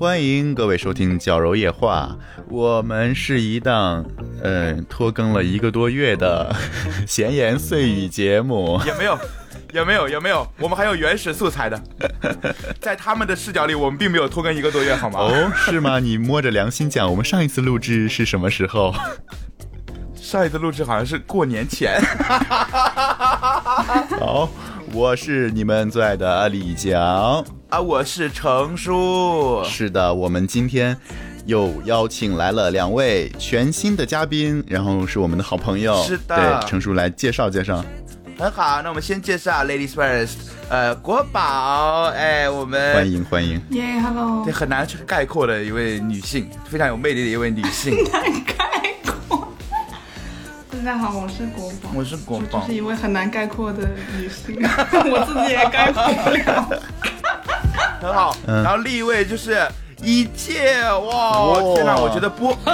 欢迎各位收听矫揉夜话，我们是一档拖更了1个多月的闲言碎语节目。 有没有，我们还有原始素材的。在他们的视角里，我们并没有拖更1个多月，好吗？ 哦，是吗？你摸着良心讲，我们上一次录制是什么时候？ 上一次录制好像是过年前。 好，我是你们最爱的李讲啊，我是程叔。 是的，我们今天又邀请来了2位全新的嘉宾，然后是我们的好朋友。 是的， 对，程叔来介绍介绍。 很好，那我们先介绍 Ladies First， 国宝，我们欢迎， 耶 ，Hello， 这很难去概括的一位女性，非常有魅力的一位女性。 很难概括。大家好，我是国宝， 我是国宝， 就是一位很难概括的女性，我自己也概括不了。 很好，然后另一位就是一介，哇，天哪，我觉得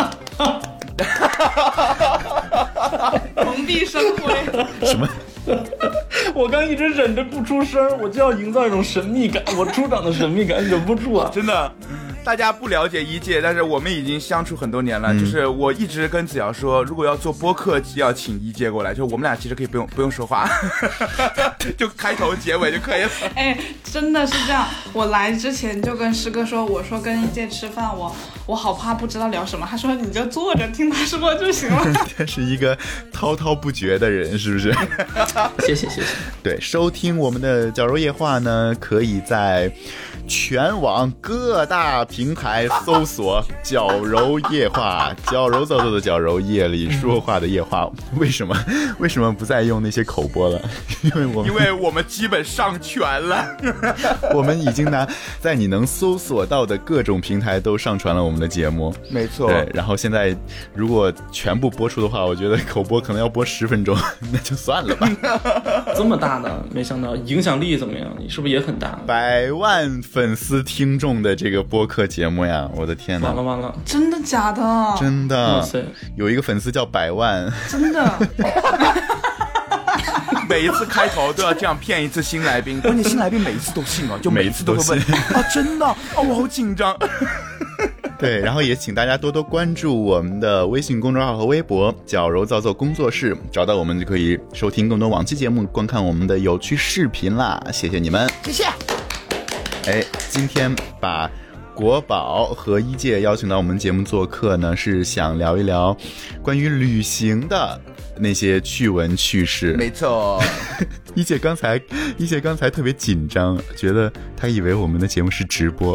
蓬荜生辉。 什么？ 我刚一直忍着不出声，我就要营造一种神秘感，我出场的神秘感忍不住啊！ 真的，大家不了解一介，但是我们已经相处很多年了。就是我一直跟子瑶说，如果要做播客，要请一介过来，就我们俩其实可以不用说话，就开头结尾就可以了。 真的是这样。我来之前就跟师哥说，我说跟一介吃饭，我好怕不知道聊什么。他说你就坐着听他说就行了。 他是一个滔滔不绝的人，是不是？ 谢谢。 对，收听我们的矫揉夜话呢，可以在全网各大平台搜索矫揉夜话，矫揉造作的矫揉，夜里说话的夜话。为什么不再用那些口播了？因为我们基本上全了。 我们已经在你能搜索到的各种平台都上传了我们的节目。 没错。 对，然后现在如果全部播出的话，我觉得口播可能要播10分钟，那就算了吧。 这么大的，没想到影响力怎么样？你是不是也很大 ？100万粉丝听众的这个播客节目呀！我的天哪！ 完了！ 真的假的？ 真的！ 哇塞， 有一个粉丝叫100万， 真的。 每一次开头都要这样骗一次新来宾，关键新来宾每一次都信哦，就每一次都会问啊，真的啊，我好紧张。 对，然后也请大家多多关注我们的微信公众号和微博“矫揉造作工作室”，找到我们就可以收听更多往期节目，观看我们的有趣视频啦！谢谢你们， 谢谢。 今天把国宝和一介邀请到我们节目做客呢，是想聊一聊关于旅行的那些趣闻趣事。 没错。 一介刚才特别紧张，觉得他以为我们的节目是直播。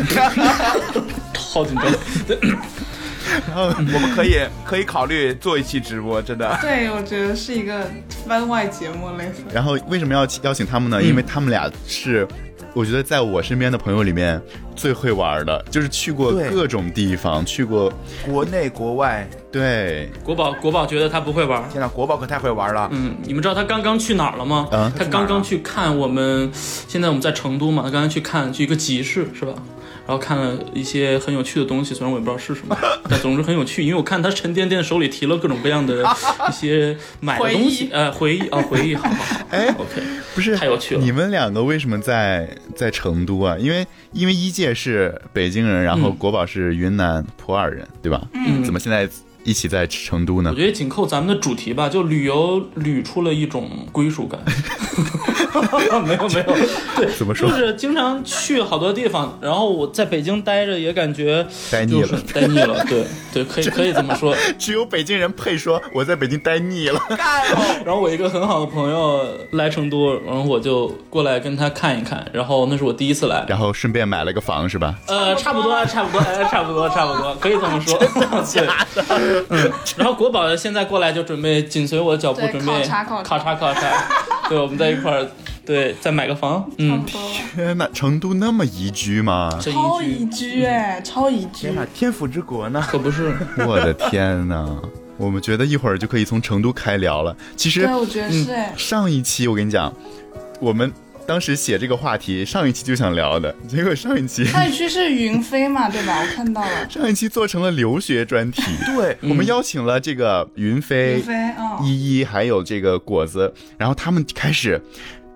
好紧张。 然后我们可以考虑做一期直播，真的。 对，我觉得是一个番外节目类似。 然后为什么要邀请他们呢？因为他们俩是我觉得在我身边的朋友里面最会玩的，就是去过各种地方，去过国内国外。 对， 国宝觉得他不会玩。 天哪，国宝可太会玩了。 你们知道他刚刚去哪儿了吗？他刚刚去看现在我们在成都嘛，他刚刚去一个集市，是吧？然后看了一些很有趣的东西，虽然我也不知道是什么，但总之很有趣。因为我看他沉甸甸手里提了各种各样的一些买的东西，回忆，好。OK， 不是太有趣了。 你们2个为什么在成都啊？因为一介是北京人，然后国宝是云南普洱人，对吧？怎么现在一起在成都呢？ 我觉得紧扣咱们的主题吧，就旅游捋出了一种归属感。没有，对， 怎么说？ 就是经常去好多地方，然后我在北京待着也感觉待腻了， 对，可以这么说。 只有北京人配说我在北京待腻了。 然后我一个很好的朋友来成都，然后我就过来跟他看一看，然后那是我第一次来， 然后顺便买了个房是吧？ 差不多，可以这么说。对，然后国宝现在过来就准备紧随我的脚步，准备考察。对，我们在一块儿，对，再买个房。 天哪，成都那么宜居吗？ 超宜居超宜居。 天哪，天府之国呢？ 可不是。 我的天哪！我们觉得一会儿就可以从成都开聊了。其实， 对，我觉得是上一期我跟你讲，我们当时写这个话题，上一期就想聊的，结果上一期是云飞嘛，对吧？我看到了， 上一期做成了留学专题。 对， 我们邀请了这个云飞、依依还有这个果子，然后他们开始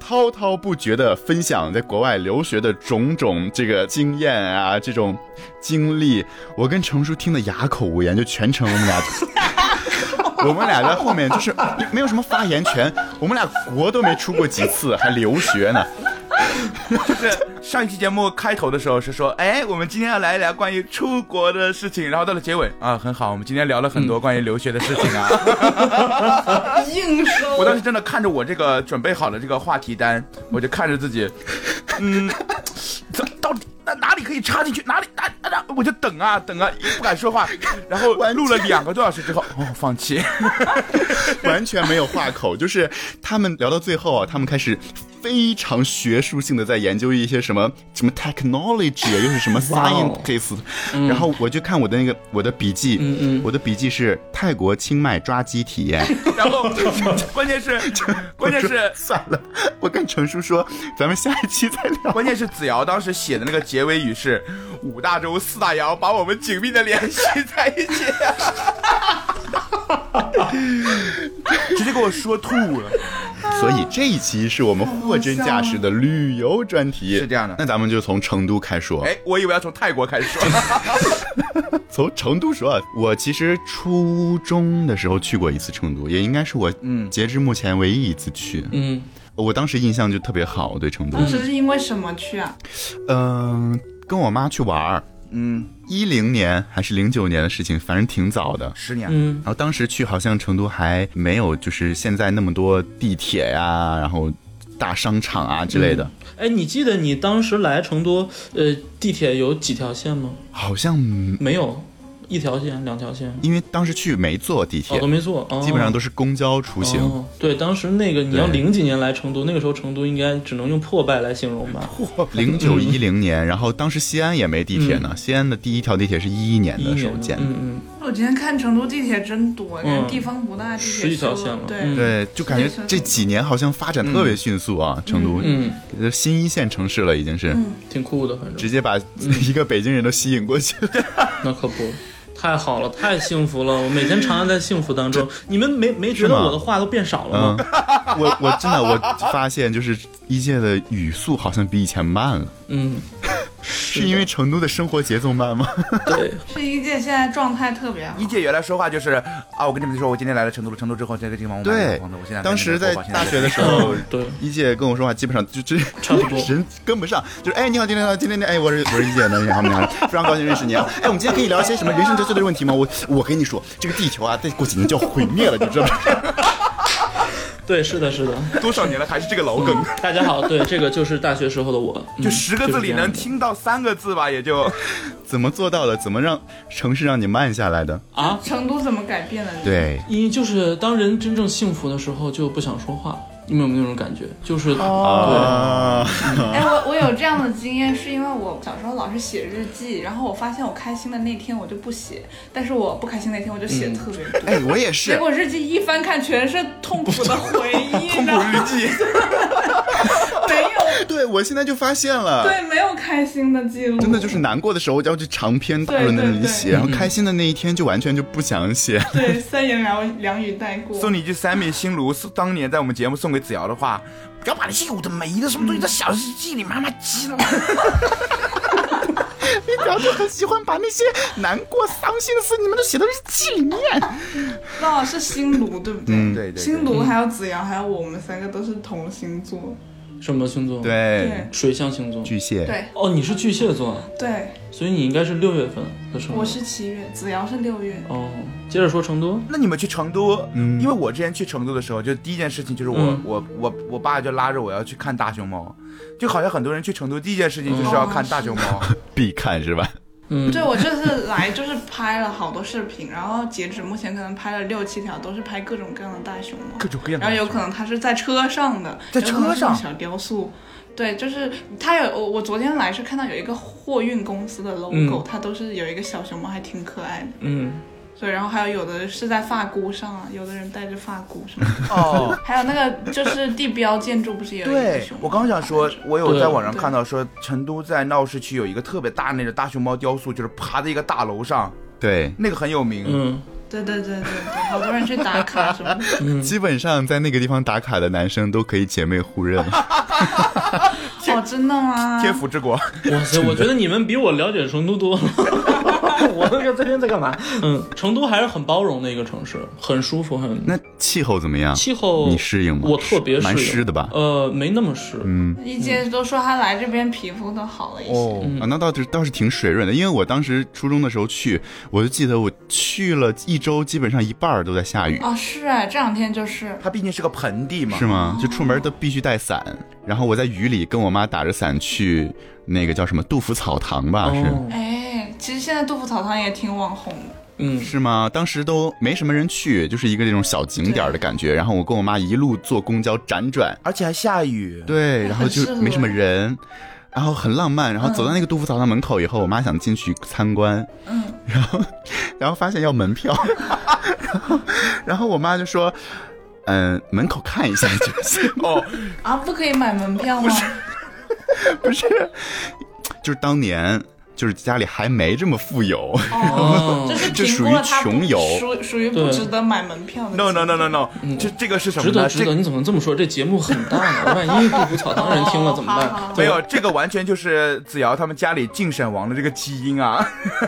滔滔不绝的分享在国外留学的种种这个经验啊，这种经历，我跟程叔听得哑口无言，就全程我们俩在后面就是没有什么发言权，我们俩国都没出过几次，还留学呢。 就是上一期节目开头的时候是说，哎，我们今天要来聊关于出国的事情，然后到了结尾啊，很好，我们今天聊了很多关于留学的事情啊。 硬说， 我当时真的看着我这个准备好的这个话题单，我就看着自己，到底哪里可以插进去，哪里我就等啊，不敢说话，然后录了2个多小时之后，放弃， 完全没有话口。就是他们聊到最后啊，他们开始非常学术性的在研究一些什么 technology， 又是什么 scientist，然后我就看我的笔记，我的笔记是泰国清迈抓鸡体验， 然后关键是算了，我跟程叔说，咱们下一期再聊。 关键是子瑶当时写的那个结尾语是5大洲4大洋把我们紧密的联系在一起，直接给我说吐了。 所以这一期是我们货真价实的旅游专题， 是这样的。 那咱们就从成都开说。 哎，我以为要从泰国开始说。 从成都说，我其实初中的时候去过一次成都，也应该是我截至目前唯一一次去。我当时印象就特别好，对成都。 当时是因为什么去啊？ 跟我妈去玩，10年还是09年的事情，反正挺早的 ，10年。 然后当时去好像成都还没有就是现在那么多地铁呀，然后大商场啊之类的。 哎，你记得你当时来成都，地铁有几条线吗？ 好像没有。1条线2条线， 因为当时去没坐地铁， 都没坐， 基本上都是公交出行。 对，当时那个你要00几年来成都，那个时候成都应该只能用破败来形容吧。 09、10年，然后当时西安也没地铁呢，西安的第1条地铁是11年的时候建的。 我今天看成都地铁真多，地方不大，地铁 10几条线了。 对，就感觉这几年好像发展特别迅速啊，成都，新1线城市了已经是， 挺酷的，反正直接把一个北京人都吸引过去。 那可不。太好了，太幸福了！我每天徜徉在幸福当中。你们没觉得我的话都变少了吗？ 我真的我发现就是一届的语速好像比以前慢了。是因为成都的生活节奏慢吗？ 对， 是一届现在状态特别好。 一届原来说话就是啊，我跟你们说，我今天来了成都，成都之后这个地方我买了房子，我现在当时在大学的时候， 对一届跟我说话基本上就差不多， 人跟不上，就是哎你好，今天哎我是一届的，你好，非常高兴认识你啊！哎，我们今天可以聊一些什么人生哲学的问题吗？我跟你说，这个地球啊，再过几年就要毁灭了，你知道吗？ 对，是的， 多少年了还是这个老梗。 大家好，对，这个就是大学时候的我， 就10个字里能听到3个字吧，也就。 怎么做到的？怎么让城市让你慢下来的啊？成都怎么改变了？ 对， 就是当人真正幸福的时候，就不想说话。你们有没有那种感觉？就是对， 我有这样的经验，是因为我小时候老是写日记，然后我发现我开心的那天我就不写，但是我不开心那天我就写特别多。 哎，我也是。 结果日记一翻看，全是痛苦的回忆， 痛苦日记。 没有。 对，我现在就发现了。 对，没有开心的记录。 真的就是难过的时候要去长篇大论的那里写，然后开心的那一天就完全就不想写。 对，3言2语带过。 送你一句三面心如当年在我们节目送给子瑶的话，不要把那些有的没的什么东西在小日记里慢慢积了。你表弟很喜欢把那些难过伤心的事你们都写到日记里面。 那是心如对不对？ 对， 心如还有子瑶还有我们3个都是同星座。 什么星座？ 对， 水象星座， 巨蟹。 对， 哦，你是巨蟹座。 对， 所以你应该是6月份的成都。 我是7月，子瑶是6月。 哦，接着说成都。 那你们去成都，因为我之前去成都的时候，就第一件事情就是我爸就拉着我要去看大熊猫，就好像很多人去成都第一件事情就是要看大熊猫， 必看是吧？ 对，我这次来就是拍了好多视频，然后截止目前可能拍了6、7条，都是拍各种各样的大熊猫， 各种各样的。 然后有可能它是在车上的， 在车上小雕塑。对，就是它有我昨天来是看到有一个货运公司的 logo，它都是有一个小熊猫，还挺可爱的。所以然后还有的是在发箍上啊，有的人戴着发箍什么的。哦，还有那个就是地标建筑不是也有一个熊猫？ 对，我刚想说，我有在网上看到说，成都在闹市区有一个特别大那个大熊猫雕塑，就是爬在一个大楼上。 对， 那个很有名。 对，好多人去打卡什么的。 基本上在那个地方打卡的男生都可以姐妹互认。 哦，真的吗？ 天府之国。 哇塞，我觉得你们比我了解成都多了。我那个这边在干嘛？成都还是很包容的一个城市，很舒服，很。 那气候怎么样？ 气候你适应吗？ 我特别适应， 蛮湿的吧？ 没那么湿。 一姐都说她来这边皮肤都好了一些。 哦，那倒是挺水润的，因为我当时初中的时候去，我就记得我去了1周，基本上一半都在下雨。 哦，是哎，这2天就是。 它毕竟是个盆地嘛。 是吗？就出门都必须带伞，然后我在雨里跟我妈打着伞去那个叫什么杜甫草堂吧？是。 哎，其实现在杜甫草堂也挺网红的。 是吗？当时都没什么人去，就是一个这种小景点的感觉。然后我跟我妈一路坐公交辗转， 而且还下雨。 对，然后就没什么人，然后很浪漫。然后走到那个杜甫草堂门口以后，我妈想进去参观，然后发现要门票，然后我妈就说，门口看一下就行。 不可以买门票吗？ 不是，就是当年。就是家里还没这么富有， 这属于穷游， 属于不值得买门票的。 No， 这个是什么呢？ 值得，你怎么这么说？这节目很大呢，万一杜甫草堂人听了怎么办？ 没有，这个完全就是子瑶他们家里晋省王的这个基因啊，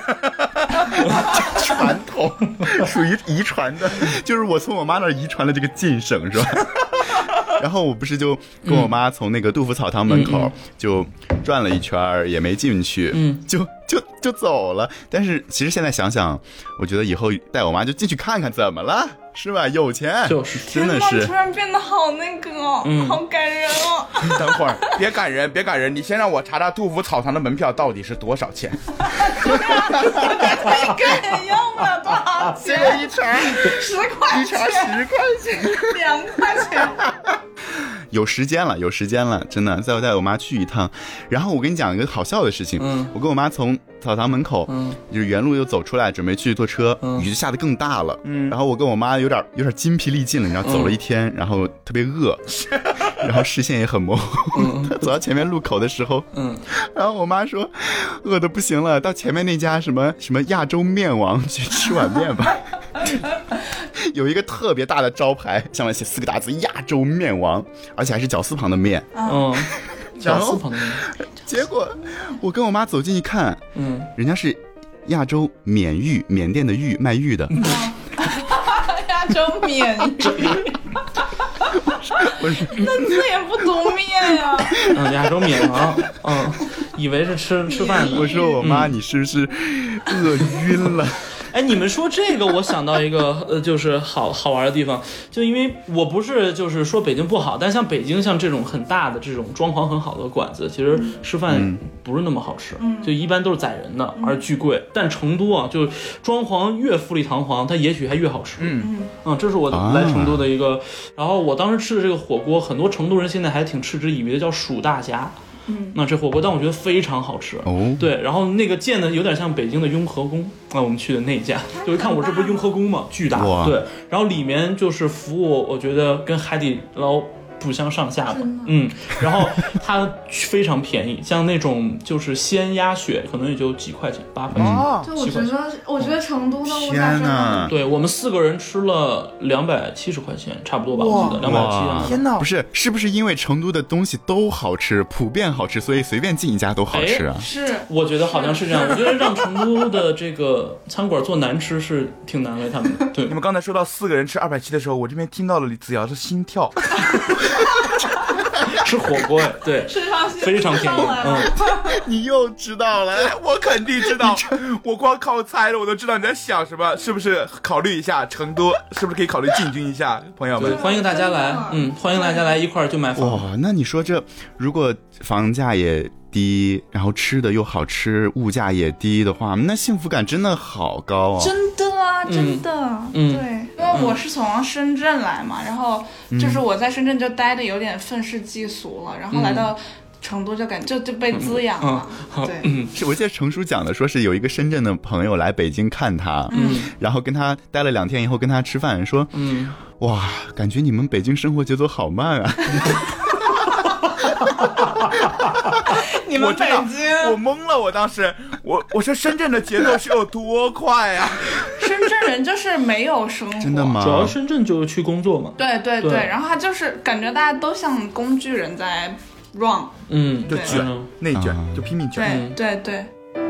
传统，属于遗传的，就是我从我妈那儿遗传了这个晋省，是吧？然后我不是就跟我妈从那个杜甫草堂门口就转了一圈，也没进去，就走了。但是其实现在想想，我觉得以后带我妈就进去看看，怎么了？是吧？有钱， 就是真的是。 突然变得好那个，好感人哦。 等会儿，别感人，你先让我查查杜甫草堂的门票到底是多少钱。 一个人要不了多少钱？ 这个一查 10块钱， 一查10块钱 2块钱。 有时间了，真的，再带我妈去一趟。然后我跟你讲一个好笑的事情，我跟我妈从草堂门口，就是原路又走出来，准备去坐车，雨就下得更大了，然后我跟我妈有点筋疲力尽了，你知道，走了一天，然后特别饿，然后视线也很模糊，走到前面路口的时候，然后我妈说饿得不行了，到前面那家什么亚洲面王去吃碗面吧。有一个特别大的招牌，上面写4个大字“亚洲面王”，而且还是绞丝旁的面。 绞丝旁的面。 结果我跟我妈走近一看，人家是亚洲缅玉，缅甸的玉，卖玉的。 亚洲缅玉。那字也不读面呀。 亚洲缅王，以为是吃饭的。 我说我妈，你是不是饿晕了？ 哎，你们说这个，我想到一个就是好玩的地方，就因为我不是就是说北京不好，但像北京像这种很大的这种装潢很好的馆子，其实吃饭不是那么好吃，就一般都是宰人的，而巨贵。但成都啊，就装潢越富丽堂皇，它也许还越好吃。这是我来成都的一个。然后我当时吃的这个火锅，很多成都人现在还挺嗤之以鼻的，叫蜀大侠。那这火锅，但我觉得非常好吃。对，然后那个建的有点像北京的雍和宫，我们去的那一家，就一看我这不是雍和宫吗？巨大。对，然后里面就是服务，我觉得跟海底捞不相上下吧。然后它非常便宜，像那种就是鲜鸭血，可能也就几块钱，8块钱。 对，我觉得成都的物价真的。 对，我们4个人吃了270块钱，差不多吧，我记得270。 天哪！ 是不是因为成都的东西都好吃，普遍好吃，所以随便进一家都好吃啊？ 是， 我觉得好像是这样。我觉得让成都的这个餐馆做难吃是挺难为他们的。对， 你们刚才说到4个人吃270的时候，我这边听到了李子瑶的心跳。 吃火锅，对，非常便宜。 你又知道了， 我肯定知道。我光靠猜了，我都知道你在想什么。是不是考虑一下成都？是不是可以考虑进军一下，朋友们？ 欢迎大家来，欢迎大家来一块儿就买房。 哇，那你说这如果房价也低，然后吃的又好吃，物价也低的话，那幸福感真的好高啊！ 真的啊，真的。对，因为我是从深圳来嘛，然后就是我在深圳就待的有点愤世嫉俗了，然后来到成都就感觉就被滋养了。对， 是我记得程叔讲的，说是有一个深圳的朋友来北京看他，然后跟他待了2天以后跟他吃饭，说，哇，感觉你们北京生活节奏好慢啊。 你们北京， 我懵了，我当时，我说深圳的节奏是有多快啊？ 深圳人就是没有生活。 真的吗？ 主要深圳就是去工作嘛。 对对对，然后他就是感觉大家都像工具人在 run， 就卷，内卷，就拼命卷。 对对对。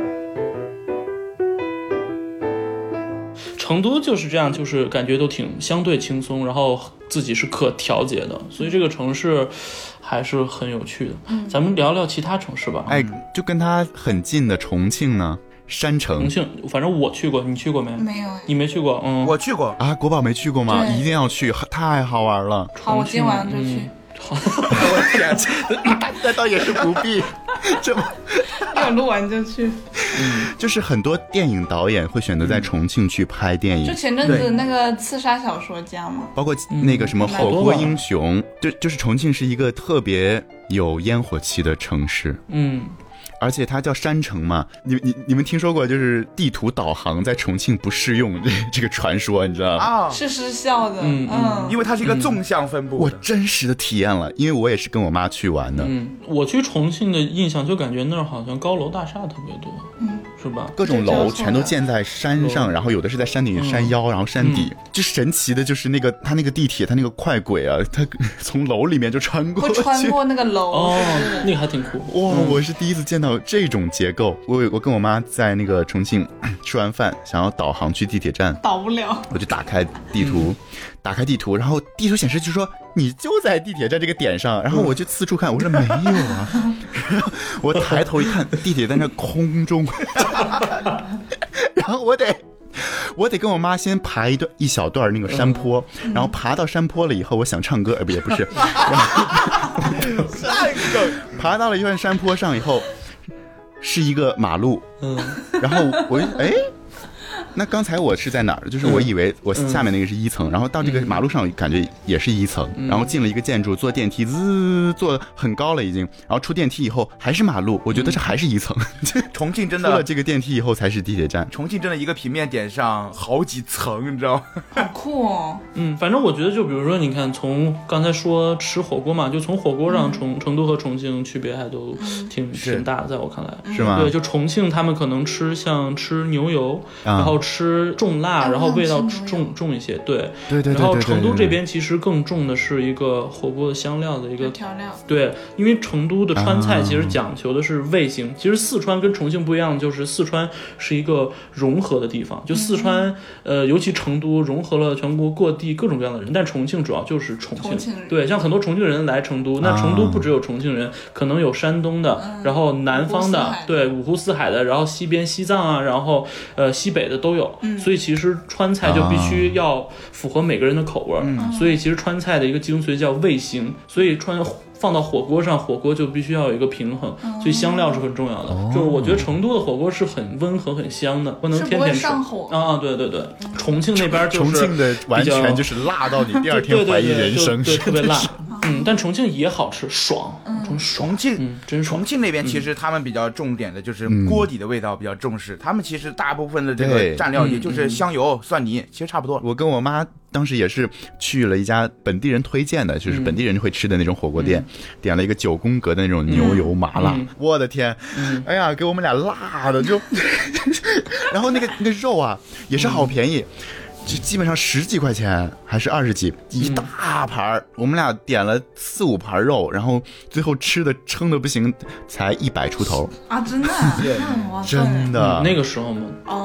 成都就是这样，就是感觉都挺相对轻松，然后自己是可调节的，所以这个城市还是很有趣的。咱们聊聊其他城市吧。 就跟它很近的重庆呢，山城。 重庆，反正我去过，你去过没？ 没有。 你没去过？ 我去过啊。国宝没去过吗？一定要去，太好玩了。 好，我今晚就去。 我天，那倒也是不必这么。 要录完就去。 就是很多电影导演会选择在重庆去拍电影。 就前阵子那个刺杀小说家嘛， 包括那个什么火锅英雄，就是重庆是一个特别有烟火气的城市。而且它叫山城嘛，你们听说过就是地图导航在重庆不适用这个传说，你知道吗？ 是失效的。 因为它是一个纵向分布。 我真实的体验了，因为我也是跟我妈去玩的。 我去重庆的印象就感觉那儿好像高楼大厦特别多。是吧？ 各种楼全都建在山上，然后有的是在山顶、山腰，然后山底。就神奇的就是它那个地铁，它那个快轨啊，它从楼里面就穿过去， 会穿过那个楼。 那个还挺酷。 哇，我是第一次见到这种结构。我跟我妈在那个重庆吃完饭，想要导航去地铁站， 导不了， 我就打开地图，然后地图显示就说你就在地铁站这个点上，然后我就四处看，我说没有啊，我抬头一看，地铁在那空中，然后我得跟我妈先爬一小段那个山坡，然后爬到山坡了以后，我想唱歌，也不是，然后爬到了一段山坡上以后，是一个马路，然后我那刚才我是在哪儿？就是我以为我下面那个是1层，然后到这个马路上感觉也是1层，然后进了一个建筑，坐电梯坐很高了已经，然后出电梯以后还是马路，我觉得这还是1层。 重庆真的出了这个电梯以后才是地铁站。 重庆真的一个平面点上好几层，你知道吗？ 好酷哦。 反正我觉得就比如说你看，从刚才说吃火锅嘛，就从火锅上成都和重庆区别还都挺大的，在我看来。 是吗？ 对，就重庆他们可能像吃牛油，然后吃重辣，然后味道重一些。对。然后成都这边其实更重的是一个火锅的香料的一个调料。 对，因为成都的川菜其实讲求的是味型。其实四川跟重庆不一样，就是四川是一个融合的地方。就四川尤其成都融合了全国各地各种各样的人，但重庆主要就是重庆人。对，像很多重庆人来成都，那成都不只有重庆人，可能有山东的，然后南方的，对，五湖四海的，然后西边西藏啊，然后西北的都有。所以其实川菜就必须要符合每个人的口味。所以其实川菜的一个精髓叫味型，所以放到火锅上，火锅就必须要有一个平衡，所以香料是很重要的。就是我觉得成都的火锅是很温和很香的，不能天天吃。 上火对。重庆那边就是重庆的完全就是辣到你第二天怀疑人生， 对，特别辣。但重庆也好吃，爽。 重庆那边其实他们比较重点的就是锅底的味道比较重视，他们其实大部分的这个蘸料也就是香油、蒜泥，其实差不多。 我跟我妈当时也是去了一家本地人推荐的，就是本地人会吃的那种火锅店，点了一个9宫格的那种牛油麻辣，我的天，哎呀，给我们俩辣的就，然后那个肉啊也是好便宜。就基本上10几块钱还是20几一大盘，我们俩点了4、5盘肉，然后最后吃的撑的不行，才100出头啊！真的， 真的。 那个时候吗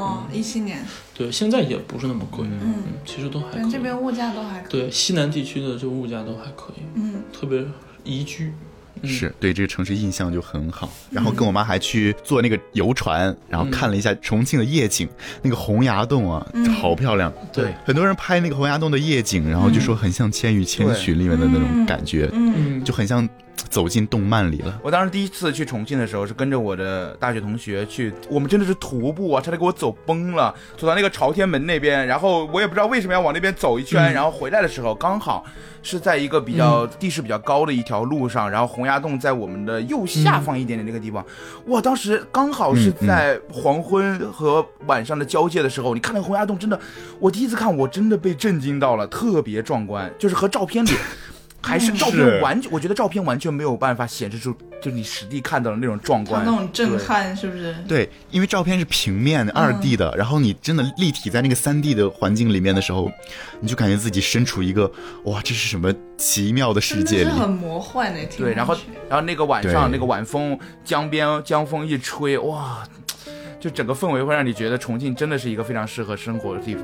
？17年。 对，现在也不是那么贵，其实都还可以。 这边物价都还可以。 对，西南地区的就物价都还可以，特别宜居。 是对这个城市印象就很好，然后跟我妈还去坐那个游船，然后看了一下重庆的夜景，那个洪崖洞啊，好漂亮。 对， 很多人拍那个洪崖洞的夜景，然后就说很像《千与千寻》里面的那种感觉，就很像走进动漫里了。 我当时第一次去重庆的时候是跟着我的大学同学去，我们真的是徒步啊，差点给我走崩了，走到那个朝天门那边，然后我也不知道为什么要往那边走一圈，然后回来的时候刚好是在一个比较地势比较高的一条路上，然后洪崖洞在我们的右下方一点点那个地方，哇，当时刚好是在黄昏和晚上的交界的时候，你看那个洪崖洞真的，我第一次看我真的被震惊到了，特别壮观，就是和照片里还是照片我觉得照片完全没有办法显示出就你实地看到的那种壮观， 那种震撼，是不是？ 对，因为照片是平面的2D 的，然后你真的立体在那个3D 的环境里面的时候，你就感觉自己身处一个哇，这是什么奇妙的世界里， 真的是很魔幻的。 对，然后那个晚上那个晚风，江风一吹，哇，就整个氛围会让你觉得重庆真的是一个非常适合生活的地方。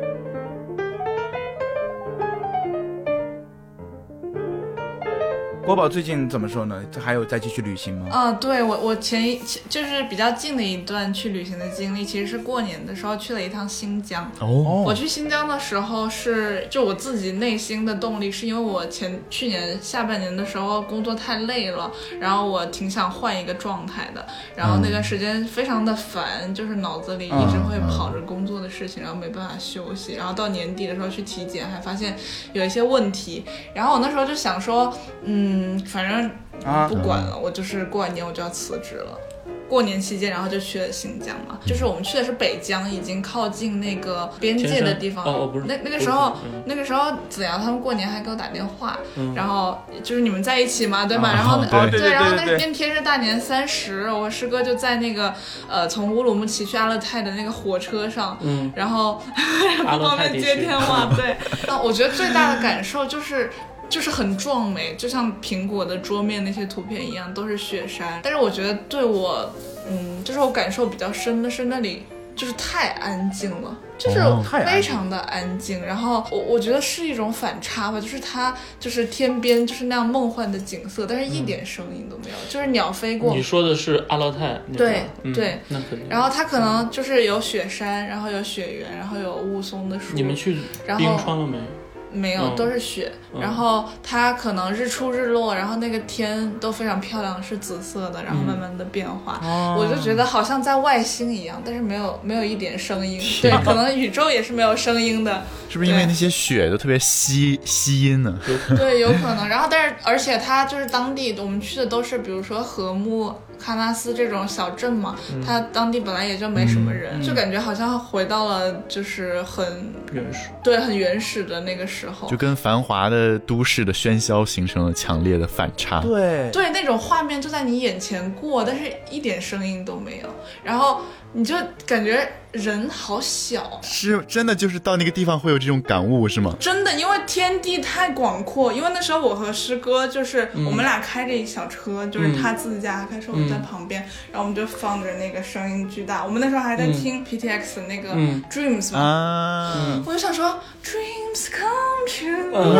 国宝最近怎么说呢？还有再继续旅行吗？ 对，我就是比较近的一段去旅行的经历，其实是过年的时候去了一趟新疆。我去新疆的时候就我自己内心的动力，是因为我去年下半年的时候工作太累了，然后我挺想换一个状态的，然后那段时间非常的烦，就是脑子里一直会跑着工作的事情，然后没办法休息，然后到年底的时候去体检，还发现有一些问题，然后我那时候就想说，反正不管了，我就是过完年我就要辞职了。过年期间，然后就去了新疆嘛，就是我们去的是北疆，已经靠近那个边界的地方。 不是那个时候子瑶他们过年还给我打电话，然后就是你们在一起嘛，对吧？然后对， 然后那天是大年30，我师哥就在那个从乌鲁木齐去阿勒泰的那个火车上，然后阿勒泰地区接电话，对。那我觉得最大的感受就是很壮美，就像苹果的桌面那些图片一样，都是雪山。但是我觉得对我，就是我感受比较深的是那里就是太安静了，就是非常的安静。然后我觉得是一种反差吧，就是它就是天边就是那样梦幻的景色，但是一点声音都没有，就是鸟飞过。 你说的是阿勒泰？ 对， 那肯定。 然后它可能就是有雪山，然后有雪原，然后有雾凇的树。 你们去冰川了没有？ 没有，都是雪。然后它可能日出日落，然后那个天都非常漂亮，是紫色的，然后慢慢的变化。我就觉得好像在外星一样，但是没有一点声音。对，可能宇宙也是没有声音的。 是不是因为那些雪都特别吸音呢？ 对，有可能。然后而且它就是当地我们去的都是比如说禾木、喀纳斯这种小镇嘛，它当地本来也就没什么人，就感觉好像回到了就是很原始， 对，很原始的那个时候， 就跟繁华的都市的喧嚣形成了强烈的反差。 对， 那种画面就在你眼前过，但是一点声音都没有，然后你就感觉人好小， 是真的，就是到那个地方会有这种感悟是吗？ 真的，因为天地太广阔。因为那时候我和师哥就是我们俩开着一小车，就是他自驾开车，我们在旁边，然后我们就放着那个声音巨大。我们那时候还在听 PTX 的那个 Dreams 嘛，我就想说 Dreams come true，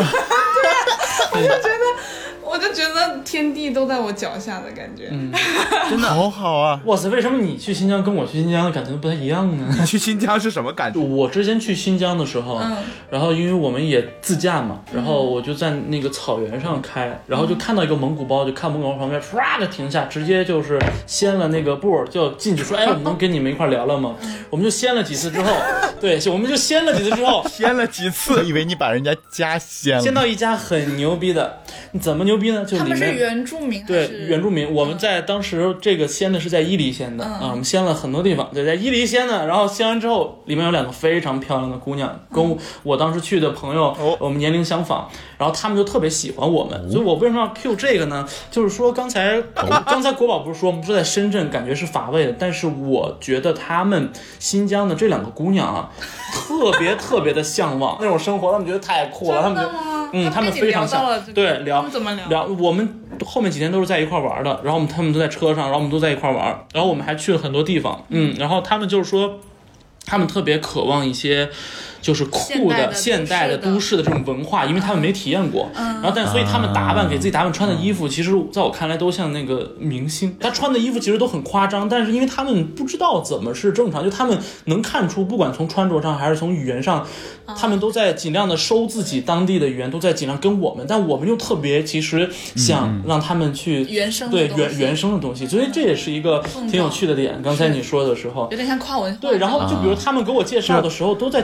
我就觉得天地都在我脚下的感觉， 真的好好啊！ 哇塞，为什么你去新疆跟我去新疆的感觉不太一样呢？ 你去新疆是什么感觉？ 我之前去新疆的时候，然后因为我们也自驾嘛，然后我就在那个草原上开，然后就看到一个蒙古包，就看蒙古包旁边唰的停下，直接就是掀了那个布就进去说，哎，我能跟你们一块聊聊吗？我们就掀了几次之后，对，我们就掀了几次之后， 掀了几次， 我以为你把人家家掀了， 掀到一家很牛逼的，怎么牛逼呢？就里面他们是原住民， 对，原住民。我们在当时这个掀的是在伊犁掀的我们掀了很多地方，对，在伊犁掀的。然后掀完之后，里面有2个非常漂亮的姑娘，跟我当时去的朋友，我们年龄相仿，然后他们就特别喜欢我们。所以我为什么要 cue 这个呢？就是说刚才国宝不是说我们说在深圳感觉是乏味的，但是我觉得他们新疆的这2个姑娘啊，特别的向往那种生活，他们觉得太酷了，他们他们非常想对聊怎么聊， 我们后面几天都是在一块玩的，然后他们都在车上，然后我们都在一块玩，然后我们还去了很多地方，然后他们就是说他们特别渴望一些就是酷的现代的都市的这种文化，因为他们没体验过，然后所以他们给自己打扮穿的衣服，其实在我看来都像那个明星，他穿的衣服其实都很夸张，但是因为他们不知道怎么是正常，就他们能看出不管从穿着上还是从语言上，他们都在尽量的收自己当地的语言，都在尽量跟我们，但我们又特别其实想让他们去原生的东西，所以这也是一个挺有趣的点。刚才你说的时候有点像跨文化， 对，然后就比如他们给我介绍的时候都在介绍一些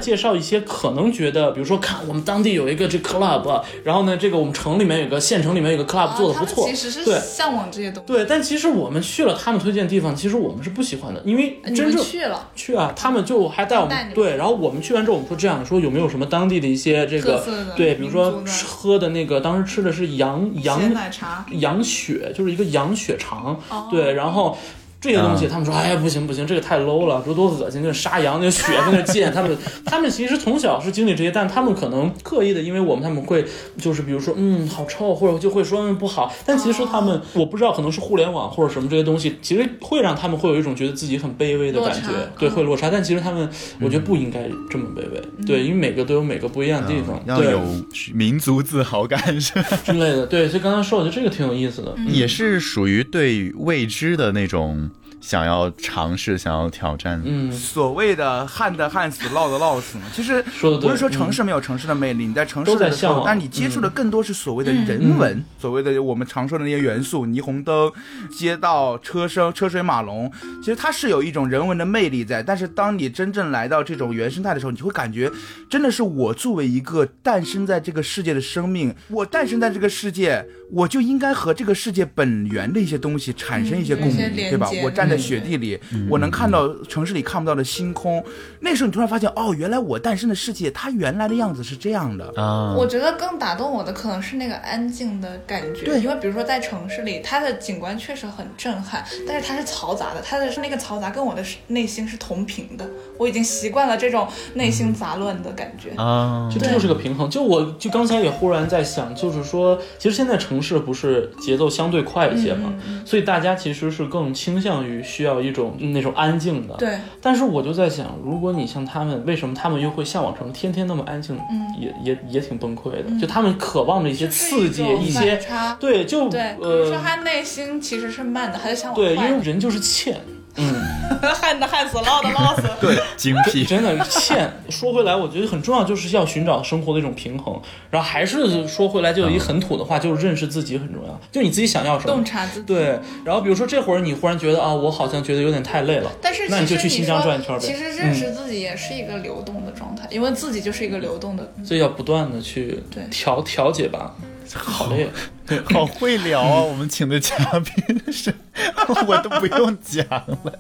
些可能觉得，比如说看我们当地有一个这 club， 然后呢，这个我们城里面有个县城里面有个 club 做的不错， 其实是向往这些东西。 对，但其实我们去了他们推荐的地方，其实我们是不喜欢的，因为真正去啊，他们就还带我们对，然后我们去完之后，我们说这样说有没有什么当地的一些这个对，比如说喝的那个，当时吃的是羊奶茶、 羊血，就是一个羊血肠，对，然后。这些东西，他们说，哎呀，不行，这个太 low 了，多恶心，那杀羊那血在那溅。他们其实从小是经历这些，但他们可能刻意的，因为他们会就是比如说，好臭，或者就会说不好。但其实他们，我不知道，可能是互联网或者什么这些东西，其实会让他们会有一种觉得自己很卑微的感觉，对，会落差。但其实他们，我觉得不应该这么卑微，对，因为每个都有每个不一样的地方， 要有民族自豪感是吧之类的。对，所以刚才说，我觉得这个挺有意思的， 也是属于对未知的那种。想要尝试，想要挑战， 所谓的旱的旱死，涝的涝死嘛。其实不是说城市没有城市的魅力，你在城市的时候，但你接触的更多是所谓的人文，所谓的我们常说的那些元素，霓虹灯、街道、车声、车水马龙，其实它是有一种人文的魅力在。但是当你真正来到这种原生态的时候，你会感觉真的是我作为一个诞生在这个世界的生命，我诞生在这个世界，我就应该和这个世界本源的一些东西产生一些共鸣，对吧？我站在雪地里，我能看到城市里看不到的星空。那时候你突然发现，原来我诞生的世界，它原来的样子是这样的啊！我觉得更打动我的可能是那个安静的感觉。对，因为比如说在城市里，它的景观确实很震撼，但是它是嘈杂的，它的那个嘈杂跟我的内心是同频的。我已经习惯了这种内心杂乱的感觉啊！就这就是个平衡。我刚才也忽然在想，就是说，其实现在城市不是节奏相对快一些嘛，所以大家其实是更倾向于需要一种那种安静的。 对。 但是我就在想，如果你像他们，为什么他们又会向往成天天那么安静？也挺崩溃的。就他们渴望的一些刺激，一些对，就对，比如说他内心其实是慢的，还是向往对，因为人就是欠。 旱的旱死，涝的涝死。 对，精辟， 真的欠。说回来，我觉得很重要，就是要寻找生活的一种平衡。然后还是说回来，就有一很土的话，就是认识自己很重要。就你自己想要什么， 洞察自己。 对。然后比如说这会儿你忽然觉得我好像觉得有点太累了， 但是那你就去新疆转一圈呗。 其实认识自己也是一个流动的状态，因为自己就是一个流动的， 所以要不断的去调节吧。好累， 好会聊啊！我们请的嘉宾是，我都不用讲了。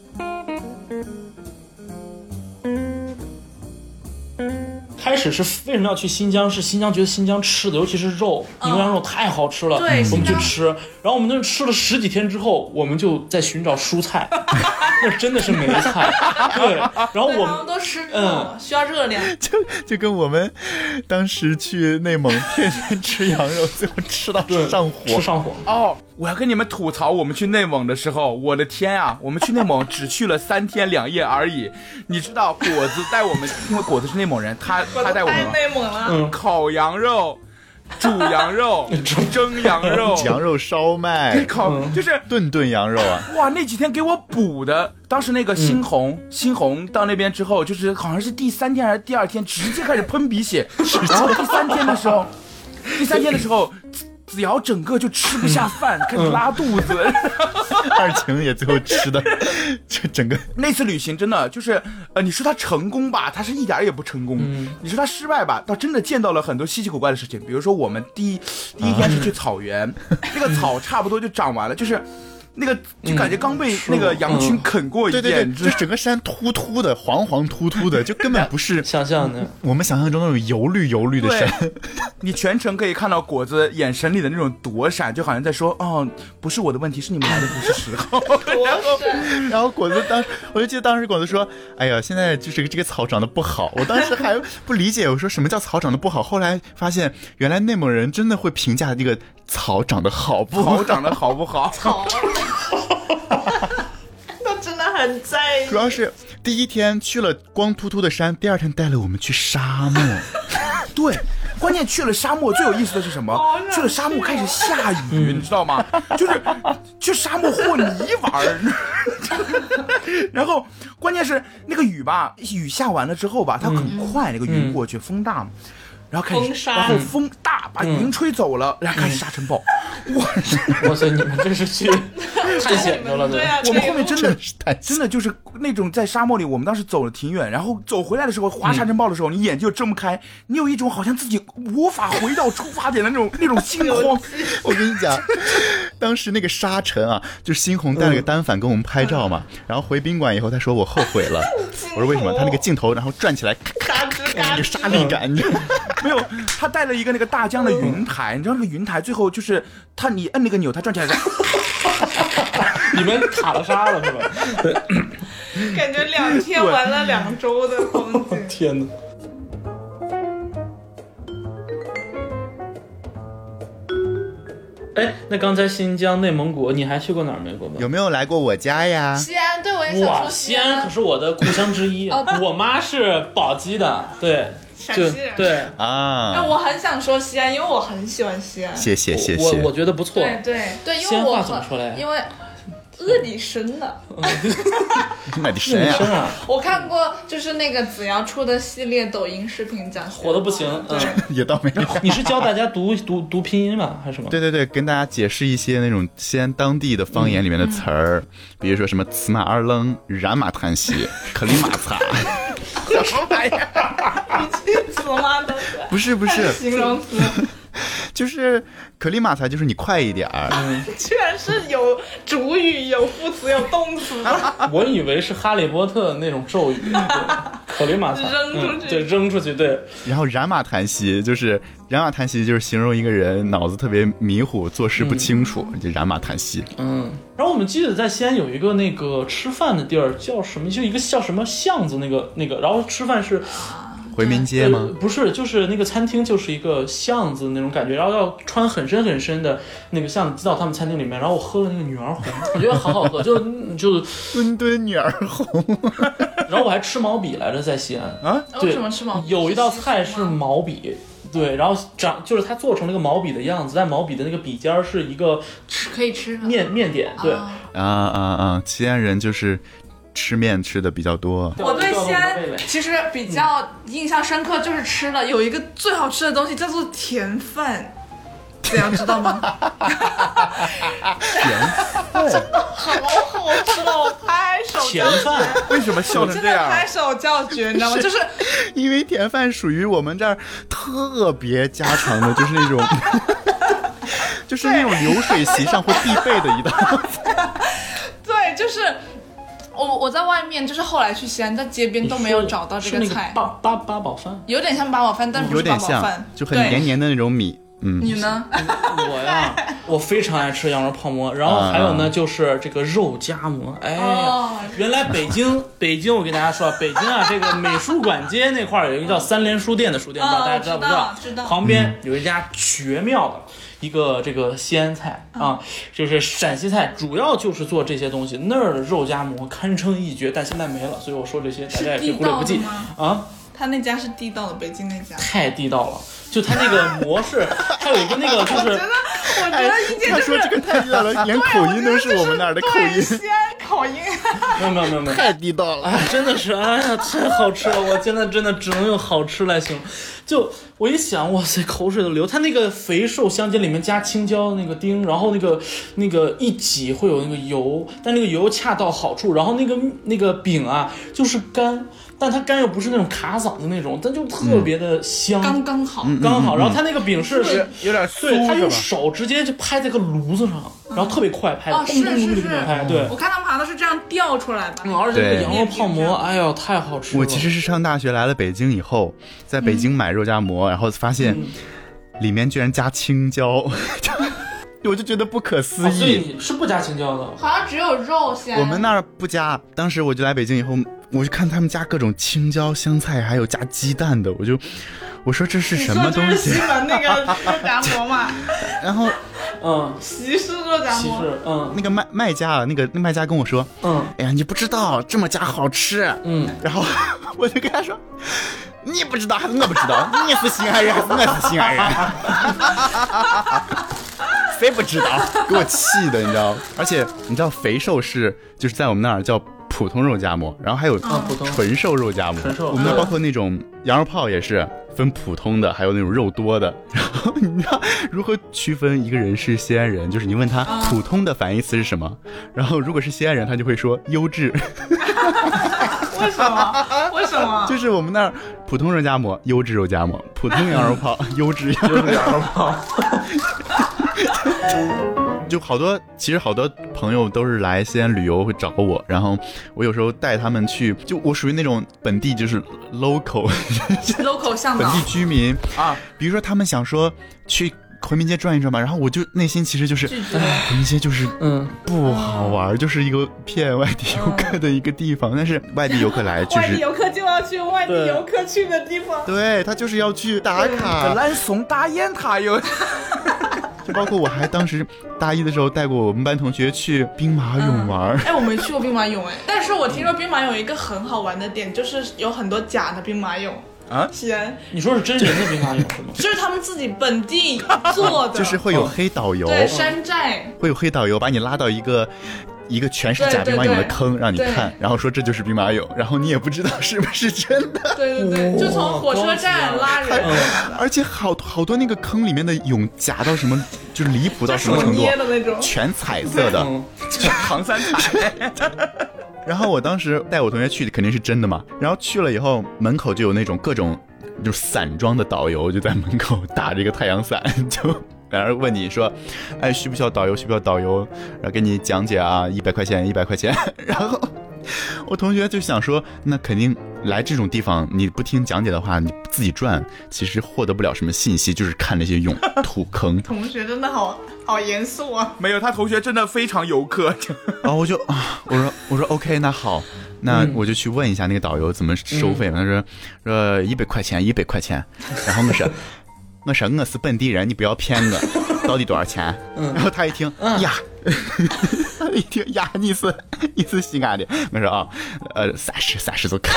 开始是为什么要去新疆？是新疆觉得新疆吃的，尤其是肉，牛羊肉太好吃了， 对， 我们去吃。然后我们那吃了10几天之后，我们就在寻找蔬菜，那真的是没菜。对，然后我们都吃肉，需要热量。 就跟我们当时去内蒙，天天吃羊肉，最后吃到上火， 吃上火。 我要跟你们吐槽，我们去内蒙的时候，我的天啊！我们去内蒙只去了3天2夜而已。你知道，果子带我们，因为果子是内蒙人，他带我们内蒙了， 烤羊肉、煮羊肉、蒸羊肉、 羊肉烧麦， 就是顿羊肉啊！ 哇，那几天给我补的，当时那个猩红到那边之后，就是好像是第3天还是第2天，直接开始喷鼻血，然后第三天的时候。子瑶整个就吃不下饭，开始拉肚子。 二晴也最后吃的，这整个那次旅行真的就是，你说他成功吧，他是一点也不成功；你说他失败吧，倒真的见到了很多稀奇古怪的事情。比如说我们第一天是去草原，那个草差不多就长完了，就是那个就感觉刚被那个羊群啃过一遍， 对，就整个山秃秃的，黄秃秃的，就根本不是想象的我们想象中那种油绿的山。 你全程可以看到果子眼神里的那种躲闪，就好像在说不是我的问题，是你们来的不是时候。 然后果子我就记得当时果子说，哎呀，现在就是这个草长得不好。我当时还不理解，我说什么叫草长得不好，后来发现原来内蒙人真的会评价这个草长得好不好， 草长得好不好。 他真的很在意。 主要是第一天去了光秃秃的山，第2天带了我们去沙漠。 对，关键去了沙漠最有意思的是什么？去了沙漠开始下雨，你知道吗？就是去沙漠和泥玩。然后关键是那个雨吧，雨下完了之后吧，它很快，那个云过去，风大嘛。然后然后风大把云吹走了，然后开始沙尘暴。 哇塞，你们这是去探险去了。 对啊， 我们后面真的就是那种在沙漠里，我们当时走了挺远，然后走回来的时候，滑沙尘暴的时候，你眼就睁不开，你有一种好像自己无法回到出发点的那种心慌。 我跟你讲，当时那个沙尘啊，就是猩红带了个单反跟我们拍照嘛，然后回宾馆以后，他说我后悔了。我说为什么？他那个镜头然后转起来，咔咔，那个沙粒感，你知道吗？ 没有，他带了一个那个大疆的云台，你知道那个云台最后就是你摁那个钮，它转起来。 你们卡了沙了是吧？ 感觉2天玩了2周的风景。 天哪！哎，那刚才新疆、内蒙古，你还去过哪儿没过吧？ 有没有来过我家呀？ 西安，对，我也想说西安可是我的故乡之一。我妈是宝鸡的，对， 陕西人。 对啊。 那我很想说西安，因为我很喜欢西安。 谢谢。 我觉得不错。 对，因为西安话怎么说来？ 因为阿里生的， 买的深啊！ 我看过，就是那个子瑶出的系列抖音视频讲火的不行， 也倒没有。 你是教大家读拼音吗？还是什么？ 对，跟大家解释一些那种西安当地的方言里面的词儿，比如说什么糍粑二愣、染马叹息、克里马擦。 什么玩意儿？你去糍粑的？ 不是形容词。 就是可里马才，就是你快一点儿。 居然是有主语、有副词、有动词。 我以为是哈利波特那种咒语，可里马才扔出去， 对，扔出去，对。 然后染马叹息，就是形容一个人脑子特别迷糊，做事不清楚，就染马叹息。 然后我们记得在西安有一个那个吃饭的地儿叫什么，就一个叫什么巷子，那个，然后吃饭是。 回民街吗？ 不是，就是那个餐厅就是一个巷子那种感觉，然后要穿很深很深的那个巷子进到他们餐厅里面，然后我喝了那个女儿红，我觉得好好喝，就伦敦女儿红。 然后我还吃毛笔来着，在西安啊？为什么吃毛笔？ 有一道菜是毛笔。对，然后就是它做成了一个毛笔的样子，但毛笔的那个笔尖是一个可以吃面点，对西安人就是吃面吃的比较多。 我对西安其实比较印象深刻，就是吃了有一个最好吃的东西叫做甜饭，这样知道吗？ 甜饭真的好好吃了，我拍手甜饭为什么笑成这样？ 真的拍手叫绝，你知道吗？就是因为甜饭属于我们这儿特别家常的，就是那种就是那种流水席上会必备的一道菜。 对，就是我在外面，就是后来去西安，在街边都没有找到这个菜。 八宝饭， 有点像八宝饭，但不是八宝饭， 就很黏黏的那种米。 你呢？ 我呀，我非常爱吃羊肉泡馍，然后还有呢，就是这个肉夹馍。哎呀，原来北京，我跟大家说，北京啊，这个美术馆街那块有一个叫三联书店的书店，不知道大家知道不知道？ 知道。 旁边有一家绝妙的一个这个西安菜啊，就是陕西菜，主要就是做这些东西。那儿的肉夹馍堪称一绝，但现在没了，所以我说这些大家也可以忽略不计啊。 他那家是地道的，北京那家太地道了。就他那个模式，还有一个那个就是， 我觉得一见他说这个太地道了，连口音都是我们那儿的口音， 西安口音， 没有， 太地道了， 真的是，哎呀，太好吃了，我现在真的只能用好吃来形容。就我一想，哇塞，口水都流。他那个肥瘦相间，里面加青椒那个丁，然后那个一挤会有那个油，但那个油恰到好处，然后那个饼啊就是干。但它干又不是那种卡嗓子那种，但就特别的香， 刚刚好。 然后它那个饼是有点酥， 对，它用手直接就拍在个炉子上，然后特别快拍， 是拍。对， 我看他们好像都是这样吊出来的。 而且那个羊肉泡馍，哎呦，太好吃了。 我其实是上大学来了北京以后，在北京买肉夹馍，然后发现里面居然加青椒。我就觉得不可思议。 所以你是不加青椒的？ 好像只有肉馅。 我们那儿不加。当时我就来北京以后，我就看他们加各种青椒、香菜，还有加鸡蛋的，我说这是什么东西？ 你说这是西门那个肉夹馍嘛？ 然后， 西式肉夹馍， 那个卖家，那个卖家跟我说，哎呀，你不知道这么加好吃，然后我就跟他说。你不知道还是我不知道？你是西安人还是我是西安人？谁不知道？给我气的，你知道？而且你知道肥瘦就是在我们那儿叫普通肉夹馍，然后还有纯瘦肉夹馍。我们那包括那种羊肉泡也是分普通的，还有那种肉多的。然后你知道如何区分一个人是西安人？就是你问他普通的反义词是什么，然后如果是西安人，他就会说优质。 为什么？为什么？ 就是我们那儿普通肉夹馍，优质肉夹馍；普通羊肉泡，优质羊肉泡。就其实好多朋友都是来西安旅游会找我，然后我有时候带他们去，就我属于那种本地就是 local 向导， 本地居民啊。比如说他们想说去回民街转一转吧，然后我就内心其实就是回民街就是不好玩，就是一个骗外地游客的一个地方。但是外地游客来就是外地游客就要去外地游客去的地方， 对，他就是要去打卡。 蓝松大雁塔有。 就包括我还当时大一的时候带过我们班同学去兵马俑玩。 我没去过兵马俑但是我听说兵马俑有一个很好玩的点，就是有很多假的兵马俑啊。西安， 你说是真人的兵马俑是吗？ 就是他们自己本地做的， 就是会有黑导游， 对，山寨会有黑导游把你拉到一个全是假兵马俑的坑让你看，然后说这就是兵马俑，然后你也不知道是不是真的。 对，就从火车站拉人， 而且好多那个坑里面的俑假到什么，就是离谱到什么程度，全彩色的， 唐三彩。 然后我当时带我同学去肯定是真的嘛，然后去了以后门口就有那种各种就是散装的导游就在门口打着一个太阳伞，就然后问你说，哎，需不需要导游？然后给你讲解啊，100块钱。然后我同学就想说，那肯定来这种地方，你不听讲解的话，你自己转，其实获得不了什么信息，就是看那些俑土坑。 同学真的好严肃啊！ 没有，他同学真的非常游客。 然后我说 OK， 那好，那我就去问一下那个导游怎么收费嘛。他说100块钱。然后我是本地人，你不要骗我，到底多少钱？然后他一听呀，你是西安的？我说啊，30就可以。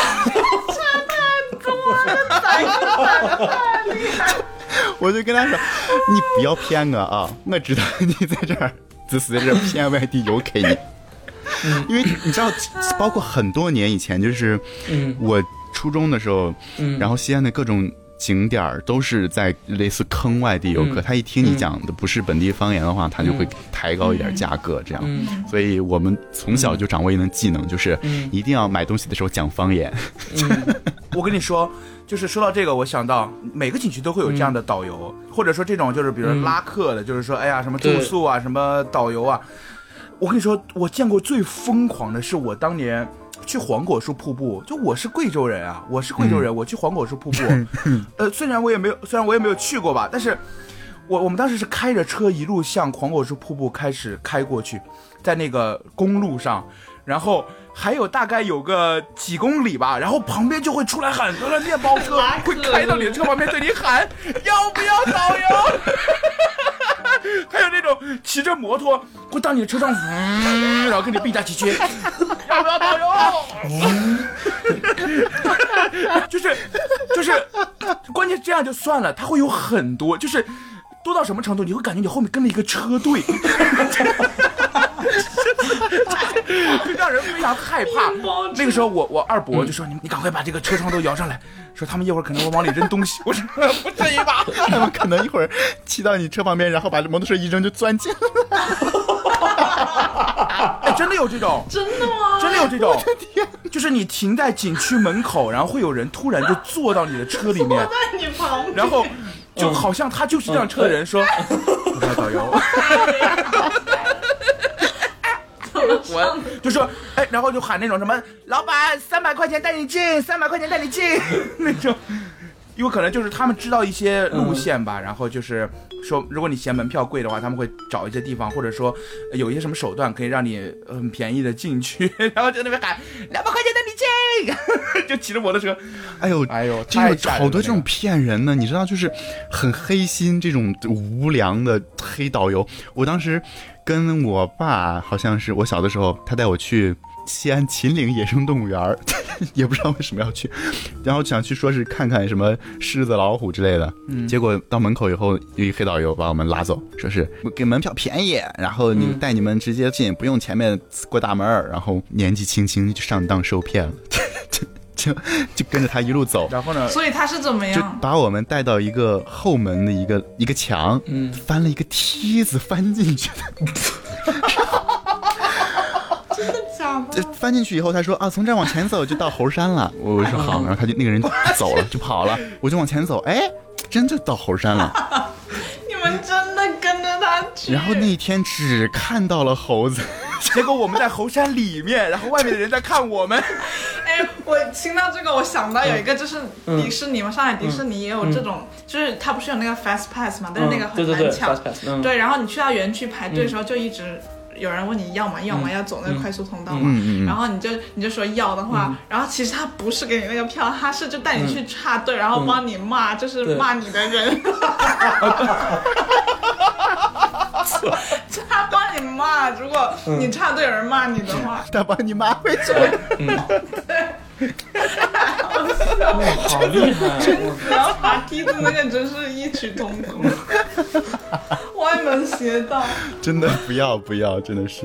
我就跟他说，你不要骗我啊！我知道你在这儿只是在这骗外地游客你。因为你知道，包括很多年以前，就是我初中的时候，然后西安的各种景点都是在类似坑外地游客，他一听你讲的不是本地方言的话，他就会抬高一点价格，这样。所以我们从小就掌握一门技能，就是一定要买东西的时候讲方言。 我跟你说，就是说到这个，我想到每个景区都会有这样的导游，或者说这种就是比如拉客的，就是说哎呀什么住宿啊，什么导游啊。我跟你说，我见过最疯狂的是我当年去黄果树瀑布，就我是贵州人啊，我去黄果树瀑布，虽然我也没有去过吧，但是我们当时是开着车一路向黄果树瀑布开始开过去，在那个公路上，然后还有大概有个几公里吧，然后旁边就会出来很多的面包车，会开到你的车旁边对你喊要不要导游。还有那种骑着摩托会到你的车上，然后跟你并驾齐驱，要不要导游？就是关键这样就算了，他会有很多，就是多到什么程度，你会感觉你后面跟了一个车队。让人非常害怕。那个时候我二伯就说，你赶快把这个车窗都摇上来，说他们一会儿可能会往里扔东西。我说不至于吧， 他们可能一会儿骑到你车旁边，然后把摩托车一扔就钻进来。 哎，真的有这种？ 真的吗？ 真的有这种？就是你停在景区门口，然后会有人突然就坐到你的车里面， 坐在你旁边， 然后就好像他就是这辆车的人，说我要导游。我就说，哎，然后就喊那种什么老板300块钱带你进，300块钱带你进那种，因为可能就是他们知道一些路线吧，然后就是说，如果你嫌门票贵的话，他们会找一些地方，或者说有一些什么手段可以让你很便宜的进去，然后在那边喊200块钱带你进，就骑着摩托车，哎呦， 这有好多这种骗人的，你知道，就是很黑心这种无良的黑导游。我当时跟我爸，好像是我小的时候，他带我去西安秦岭野生动物园，也不知道为什么要去，然后想去说是看看什么狮子老虎之类的，结果到门口以后，有一黑导游把我们拉走，说是给门票便宜，然后你带你们直接进，不用前面过大门，然后年纪轻轻就上当受骗了。 就跟着他一路走。 然后呢？ 所以他是怎么样？ 就把我们带到一个后门的一个墙，翻了一个梯子翻进去的。 真的假的？ 翻进去以后，他说啊，从这儿往前走就到猴山了。我说好，然后他就那个人走了，就跑了。我就往前走，哎，真就到猴山了。 你们真的跟着他去？ 然后那一天只看到了猴子， 结果我们在猴山里面，然后外面的人在看我们。 哎，我听到这个，我想到有一个就是迪士尼嘛，上海迪士尼也有这种，就是它不是有那个 Fast Pass 嘛，但是那个很难抢。对，然后你去到园区排队的时候，就一直有人问你要吗？要走那个快速通道嘛，然后你就说要的话，然后其实他不是给你那个票，他是就带你去插队，然后帮你骂，就是骂你的人。他帮你骂，如果你插队有人骂你的话， 他帮你骂回去。 对， 好厉害！ 然后爬梯子那个真是异曲同工，歪门邪道。 真的不要，真的是。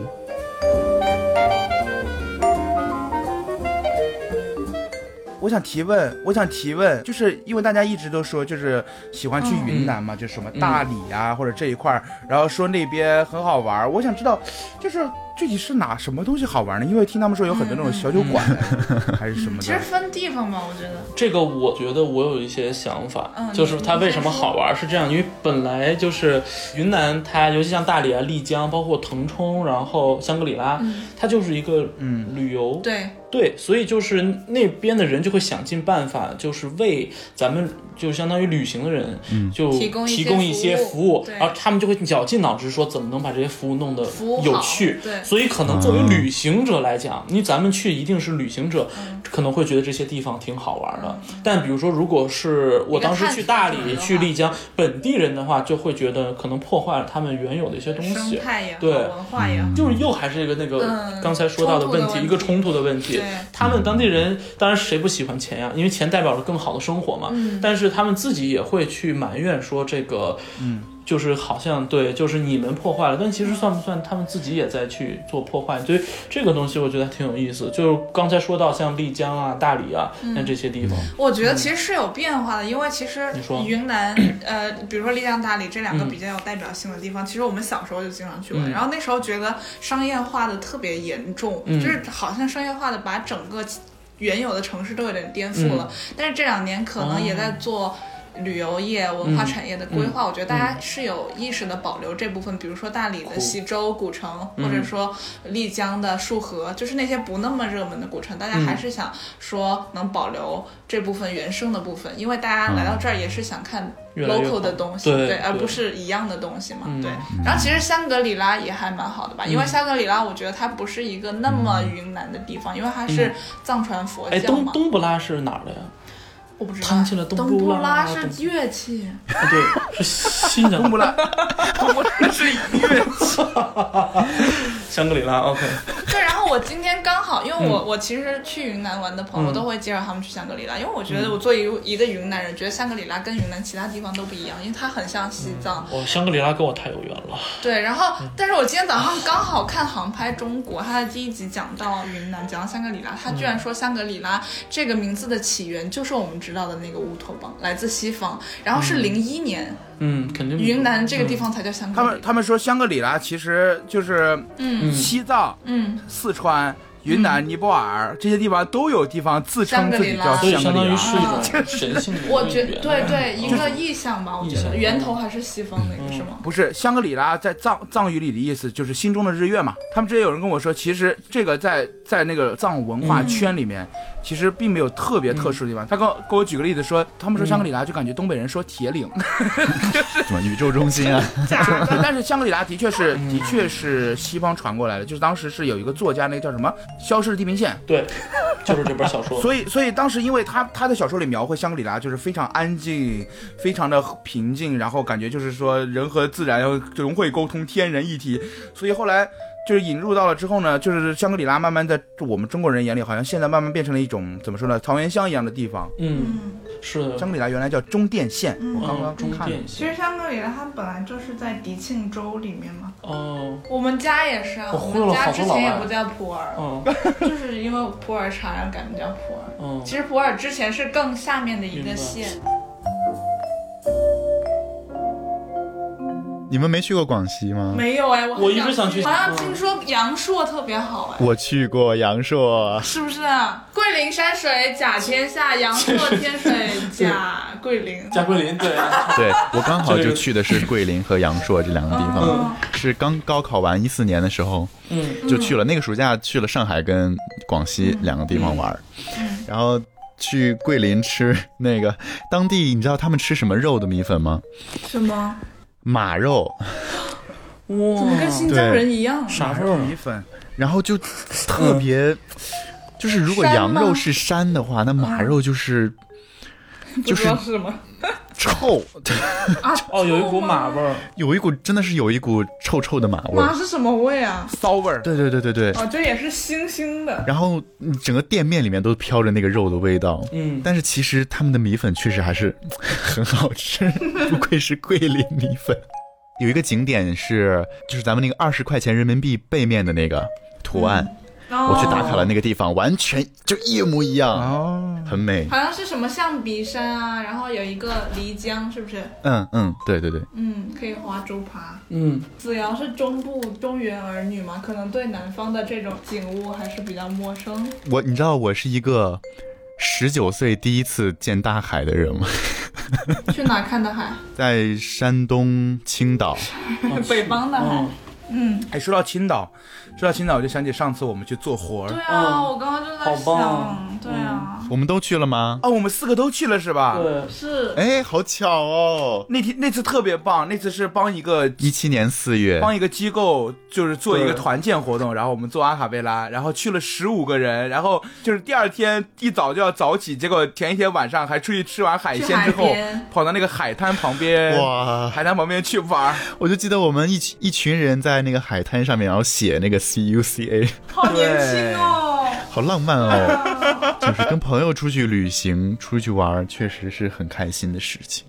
我想提问，就是因为大家一直都说就是喜欢去云南嘛，就什么大理啊或者这一块，然后说那边很好玩，我想知道就是具体是什么东西好玩呢？因为听他们说有很多那种小酒馆，还是什么的。 其实分地方吧，我觉得。 这个我觉得我有一些想法，就是它为什么好玩是这样，因为本来就是云南，它尤其像大理啊、丽江，包括腾冲，然后香格里拉，它就是一个旅游。对，所以就是那边的人就会想尽办法，就是为咱们就相当于旅行的人，就提供一些服务，然后他们就会绞尽脑汁说怎么能把这些服务弄得有趣。 对， 所以可能作为旅行者来讲，因为咱们去一定是旅行者，可能会觉得这些地方挺好玩的。但比如说，如果是我当时去大理、去丽江，本地人的话，就会觉得可能破坏了他们原有的一些东西， 生态也好， 对， 文化也好， 就是又还是一个那个刚才说到的问题，一个冲突的问题。他们当地人当然谁不喜欢钱呀，因为钱代表着更好的生活嘛。但是他们自己也会去埋怨说这个，就是好像对，就是你们破坏了，但其实算不算他们自己也在去做破坏？所以这个东西我觉得挺有意思。就是刚才说到像丽江啊、大理啊，像这些地方， 我觉得其实是有变化的，因为其实云南比如说丽江、大理这两个比较有代表性的地方，其实我们小时候就经常去玩，然后那时候觉得商业化的特别严重，就是好像商业化的把整个原有的城市都有点颠覆了。但是这2年可能也在做旅游业、文化产业的规划，我觉得大家是有意识的保留这部分，比如说大理的西洲古城，或者说丽江的束河，就是那些不那么热门的古城，大家还是想说能保留这部分原生的部分，因为大家来到这儿也是想看 local 的东西，对，而不是一样的东西嘛，对。然后其实香格里拉也还蛮好的吧，因为香格里拉我觉得它不是一个那么云南的地方，因为它是藏传佛教嘛。 东布拉是哪儿的呀？ 我不知道， 东布拉是乐器， 对，是新疆。 东布拉是乐器。 香格里拉 ，OK。 对，然后我今天刚好，因为我其实去云南玩的朋友都会介绍他们去香格里拉，因为我觉得我作为一个云南人，觉得香格里拉跟云南其他地方都不一样，因为它很像西藏。 香格里拉跟我太有缘了。 对，然后但是我今天早上刚好看航拍中国，它的第1集讲到云南，讲到香格里拉，他居然说香格里拉这个名字的起源就是我们知道的那个乌托邦，来自西方，然后是01年。 肯定。 云南这个地方才叫香格里拉。 他们说香格里拉其实就是西藏、四川、云南、尼泊尔这些地方都有地方自称自己叫香格里拉， 相当于是一种神性的。 我觉得对一个意象吧，我觉得源头还是西方那个是吗？ 不是，香格里拉在藏语里的意思就是心中的日月嘛。他们之前有人跟我说，其实这个在那个藏文化圈里面。其实并没有特别特殊的地方。他给我举个例子说，他们说香格里拉就感觉东北人说铁岭， 什么宇宙中心啊。 但是香格里拉的确是西方传过来的，就是当时是有一个作家，那个叫什么《消失的地平线》，对， 就是这本小说。 所以当时因为他的小说里描绘香格里拉就是非常安静，非常的平静，然后感觉就是说人和自然要融会沟通，天人一体，所以后来。就是引入到了之后呢，就是香格里拉慢慢在我们中国人眼里，好像现在慢慢变成了一种怎么说呢，草原乡一样的地方。 是香格里拉原来叫中甸县，我刚刚看了。 其实香格里拉它本来就是在迪庆州里面嘛。 哦， 我们家也是啊，我们家之前也不叫普洱，就是因为普洱茶然后改名叫普洱。其实普洱之前是更下面的一个县。 你们没去过广西吗？ 没有哎， 我一直想去。 好像听说阳朔特别好哎。 我去过阳朔， 是不是啊？桂林山水甲天下，阳朔天水甲桂林。 甲桂林，对。 对，我刚好就去的是桂林和阳朔这两个地方，是刚高考完14年的时候，就去了。那个暑假去了上海跟广西两个地方玩，然后去桂林吃那个当地，你知道他们吃什么肉的米粉吗？ 什么？ 马肉。 哇，怎么跟新疆人一样？ 啥肉米粉？ 然后就特别，就是如果羊肉是膻的话，那马肉就是是吗？ 臭哦，有一股马味儿， 有一股真的是有一股臭臭的马味。 马是什么味啊？ 骚味儿。 对对对对对。 哦，就也是腥腥的。 然后整个店面里面都飘着那个肉的味道。但是其实他们的米粉确实还是很好吃，不愧是桂林米粉。有一个景点是，就是咱们那个20块钱人民币背面的那个图案。我去打卡了那个地方，完全就一模一样，很美。 好像是什么象鼻山啊，然后有一个漓江，是不是？ 对对对。 可以划竹筏。子瑶是中部中原儿女嘛，可能对南方的这种景物还是比较陌生。 你知道我是一个19岁第一次见大海的人吗？ 去哪看的海？ 在山东青岛。 北方的海。 说到青岛，我就想起上次我们去做活儿。 对啊，我刚刚就在想，对啊。 我们都去了吗？ 我们4个都去了是吧？ 对， 是。 哎，好巧哦！ 那次特别棒，那次是帮一个 17年4月， 帮一个机构就是做一个团建活动，然后我们做阿卡贝拉，然后去了15个人，然后就是第二天一早就要早起，结果前一天晚上还出去吃完海鲜之后，跑到那个海滩旁边，海滩旁边去玩。 我就记得我们一群人在那个海滩上面，然后写那个 CUCA， 好年轻哦， 好浪漫哦，就是跟朋友出去旅行、出去玩，确实是很开心的事情。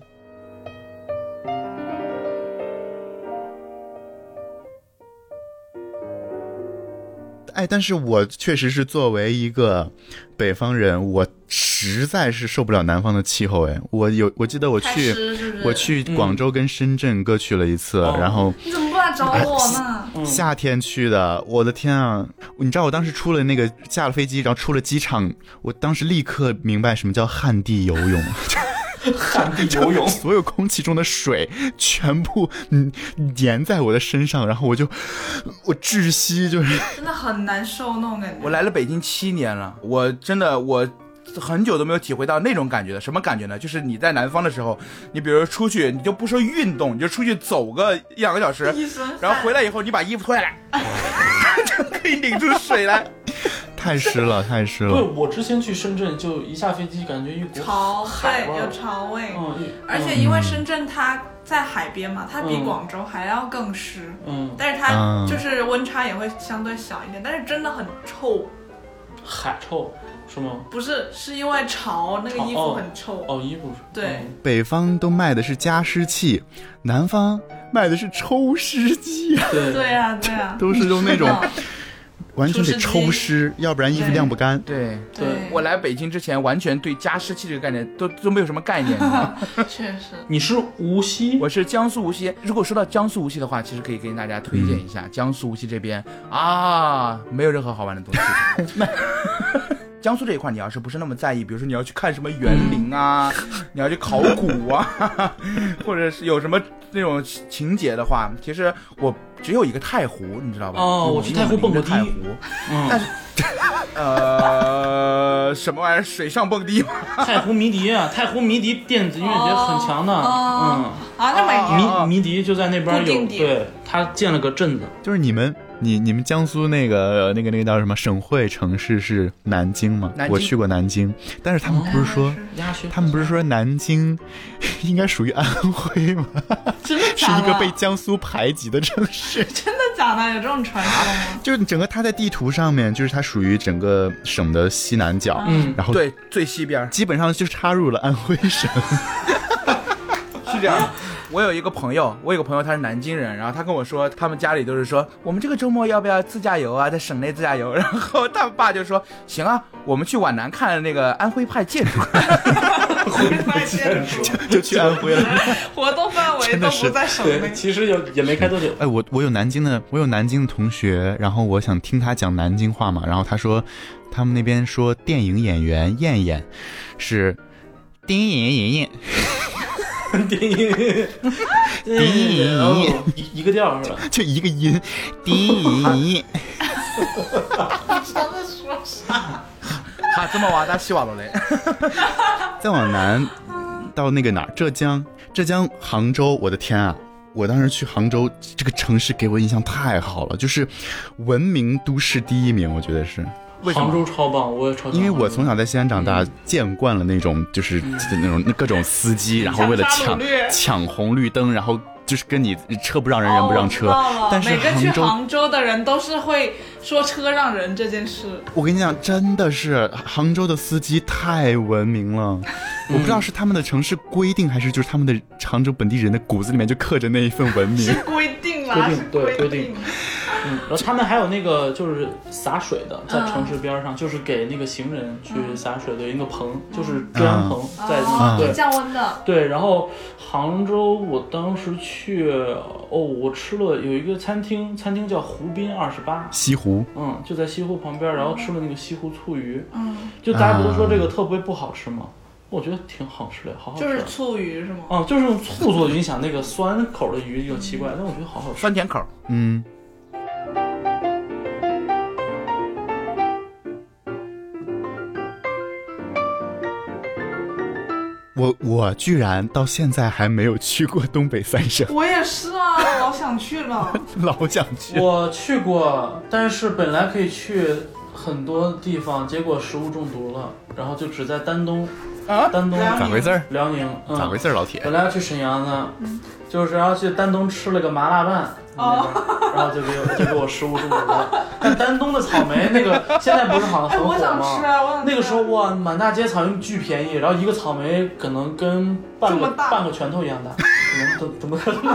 但是我确实是作为一个北方人，我实在是受不了南方的气候。我记得我去广州跟深圳各去了一次，然后你怎么不来找我呢？ 夏天去的，我的天啊！你知道我当时下了飞机，然后出了机场，我当时立刻明白什么叫旱地游泳。 旱地游泳， 所有空气中的水全部粘在我的身上，然后我窒息，就是真的很难受那种感觉。 我来了北京7年了，我很久都没有体会到那种感觉了。什么感觉呢？就是你在南方的时候，你比如说出去，你就不说运动，你就出去走个1-2个小时，然后回来以后你把衣服脱下来，就可以领出水来。 太湿了。 对，我之前去深圳，就一下飞机感觉一股潮味，有潮味。而且因为深圳它在海边嘛，它比广州还要更湿。但是它就是温差也会相对小一点，但是真的很臭。 海臭是吗？ 不是，是因为潮，那个衣服很臭。 衣服是。 对。 北方都卖的是加湿器，南方卖的是抽湿机。 对啊， 都是用那种。完全得抽湿，要不然衣服晾不干。 对，我来北京之前完全对加湿器这个概念都没有什么概念。 确实。 你是无锡？ 我是江苏无锡。如果说到江苏无锡的话，其实可以给大家推荐一下江苏无锡这边没有任何好玩的东西。江苏这一块你要是不是那么在意，比如说你要去看什么园林啊，你要去考古啊，或者是有什么那种情节的话，其实我只有一个太湖，你知道吧？ 我去太湖蹦过迪。 太湖，但是什么玩意儿？水上蹦迪吗？ 太湖迷笛啊，太湖迷笛电子音乐节很强的。 那迷笛就在那边有，对，他建了个镇子。 就是你们你们江苏那个叫什么省会城市是南京吗？我去过南京，但是他们不是说南京应该属于安徽吗？ 真的假的？ 是一个被江苏排挤的城市。 真的假的？有这种传说吗？ 就是整个它在地图上面，就是它属于整个省的西南角，然后对最西边， 基本上就插入了安徽省。 是这样。我有一个朋友他是南京人，然后他跟我说，他们家里都是说，我们这个周末要不要自驾游啊，在省内自驾游。然后他爸就说，行啊，我们去皖南看那个安徽派建筑。 安徽建筑就去安徽了， 活动范围都不在省内。 其实也没开多久。 哎，我有南京的同学，然后我想听他讲南京话嘛，然后他说他们那边说电影演员燕燕是电影演员。 电影一个调是吧？ 就一个音，电影。 他在说啥？ 他这么挖大西瓦了嘞。 再往南到那个哪儿，浙江杭州，我的天啊！我当时去杭州这个城市给我印象太好了，就是文明都市第一名，我觉得是。 杭州超棒，我也超喜欢。 因为我从小在西安长大，见惯了那种就是那种各种司机，然后为了抢红绿灯，然后就是跟你车不让人，人不让车。但是每个去杭州的人都是会说车让人这件事。 我跟你讲，真的是杭州的司机太文明了。我不知道是他们的城市规定，还是就是他们的杭州本地人的骨子里面就刻着那一份文明。 是规定啦， 规定。然后他们还有那个就是洒水的，在城市边上，就是给那个行人去洒水的一个棚，就是遮阳棚，在对降温的。 对，然后杭州我当时去，我吃了有一个餐厅叫湖滨28， 西湖， 就在西湖旁边，然后吃了那个西湖醋鱼，就大家不都说这个特别不好吃吗？我觉得挺好吃的，好好吃。 就是醋鱼是吗？ 就是用醋做的，你想那个酸口的鱼有奇怪，但我觉得好好吃， 酸甜口。 我居然到现在还没有去过东北三省。 我也是啊，老想去了。 老想去。 我去过，但是本来可以去很多地方，结果食物中毒了，然后就只在丹东。丹东咋回事？ 辽宁。 咋回事，老铁？ 本来要去沈阳的，就是要去丹东吃了个麻辣拌。然后就给我食物中毒了。但丹东的草莓那个现在不是好像很火吗？ 我想吃啊！ 那个时候哇，满大街草莓巨便宜，然后一个草莓可能跟半个拳头一样大。怎么可能？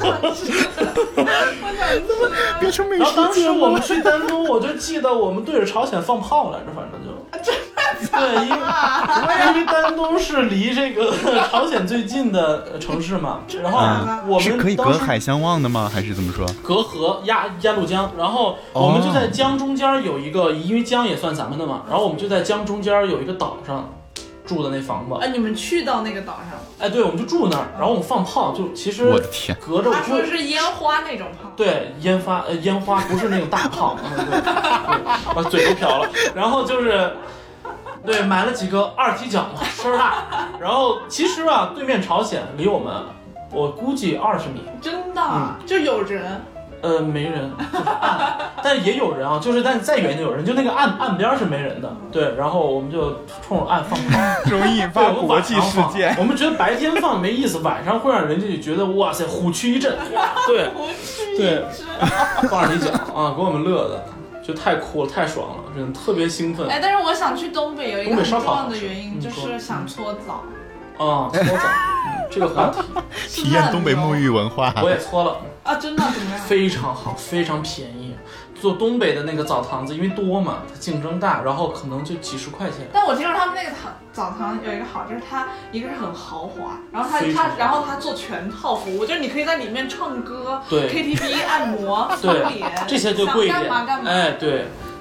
变成美食节目。 然后当时我们去丹东，我就记得我们对着朝鲜放炮来着，反正就。对，因为丹东是离这个朝鲜最近的城市嘛，然后我们是可以隔海相望的吗？还是怎么说？ 隔河鸭绿江，然后我们就在江中间有一个，因为江也算咱们的嘛，然后我们就在江中间有一个岛上住的那房子。 你们去到那个岛上？ 对，我们就住那儿，然后我们放炮，就其实我的天， 隔着。 他说是烟花那种炮。 对，烟花不是那种大炮，把嘴都瓢了，然后就是。对，买了几个二踢脚嘛，声大。然后其实啊，对面朝鲜离我们，我估计20米。 真的？就有人？ 没人，就是岸，但也有人啊，就是但再远就有人，就那个岸边是没人的。对，然后我们就冲着岸放炮， 容易引发国际事件。 我们觉得白天放没意思，晚上会让人家就觉得哇塞，虎躯一震。对，对，放二踢脚啊，给我们乐的。就太酷了，太爽了，真的特别兴奋。 但是我想去东北有一个很重要的原因，就是想搓澡。 搓澡，这个话题。 体验东北沐浴文化。 我也搓了啊，真的怎么样？ 非常好，非常便宜。做东北的那个澡堂子，因为多嘛，它竞争大，然后可能就几十块钱。 但我听说他们那个澡堂有一个好，就是它一个是很豪华，然后它做全套服务，就是你可以在里面唱歌，对 KTV 按摩、敷脸， 这些就贵一点。 干嘛？ 对。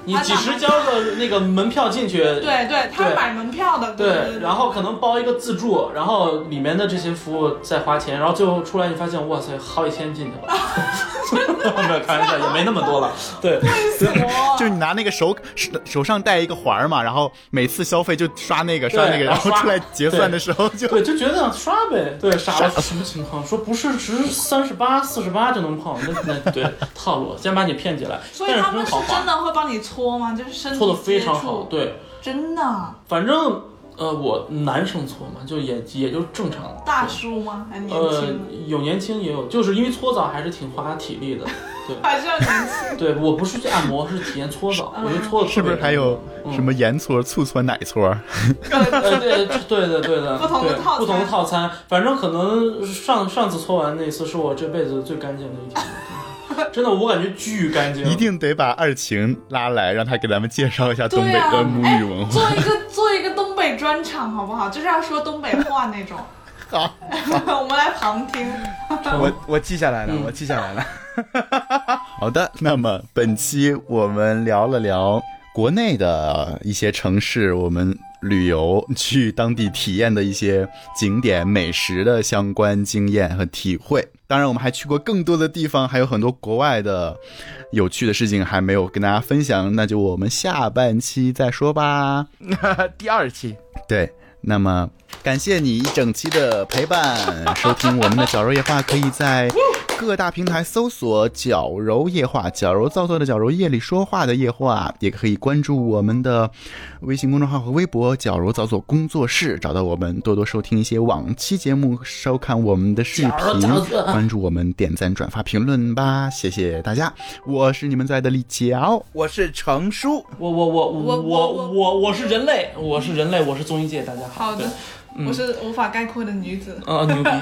你几十交个那个门票进去， 对，他是买门票的， 对，然后可能包一个自助，然后里面的这些服务再花钱，然后最后出来你发现，哇塞，好几千进去了，没有开玩笑，也没那么多了，对， 就是你拿那个手上戴一个环嘛，然后每次消费就刷那个，然后出来结算的时候就觉得刷呗，对，傻了什么情况？说不是值38、48就能泡，那对套路，先把你骗进来。 所以他们是真的会帮你搓吗？就是身体搓的非常好，对， 真的。 反正我男生搓嘛，就也就正常的。 大叔吗？还年轻？ 有年轻也有，就是因为搓澡还是挺花体力的，对， 还是要年轻。 对，我不是去按摩，是体验搓澡，我觉得搓的是不是还有什么盐搓、醋搓、奶搓？ 对的， 不同的套餐，反正可能上次搓完那次是我这辈子最干净的一天。真的，我感觉巨干净。 一定得把二晴拉来，让他给咱们介绍一下东北的母语文化。 做一个东北专场好不好？就是要说东北话那种。 好， 我们来旁听。 我记下来了，我记下来了。 好的，那么本期我们聊了聊国内的一些城市，我们旅游去当地体验的一些景点美食的相关经验和体会。当然我们还去过更多的地方，还有很多国外的有趣的事情还没有跟大家分享，那就我们下半期再说吧。 第2期。 对，那么感谢你一整期的陪伴收听我们的绞肉夜话，可以在各大平台搜索绞肉夜话，绞肉造作的绞肉，夜里说话的夜话，也可以关注我们的微信公众号和微博绞肉造作工作室，找到我们，多多收听一些往期节目，收看我们的视频，关注我们，点赞转发评论吧，谢谢大家。我是你们最爱的李角， 我是程叔， 我是人类，我是综艺界，大家好。 好的，我是无法概括的女子。 牛逼。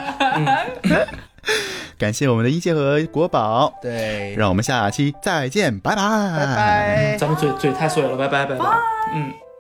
感谢我们的一姐和国宝， 对， 让我们下期再见，拜拜， 拜拜。 咱们嘴太碎了，拜拜。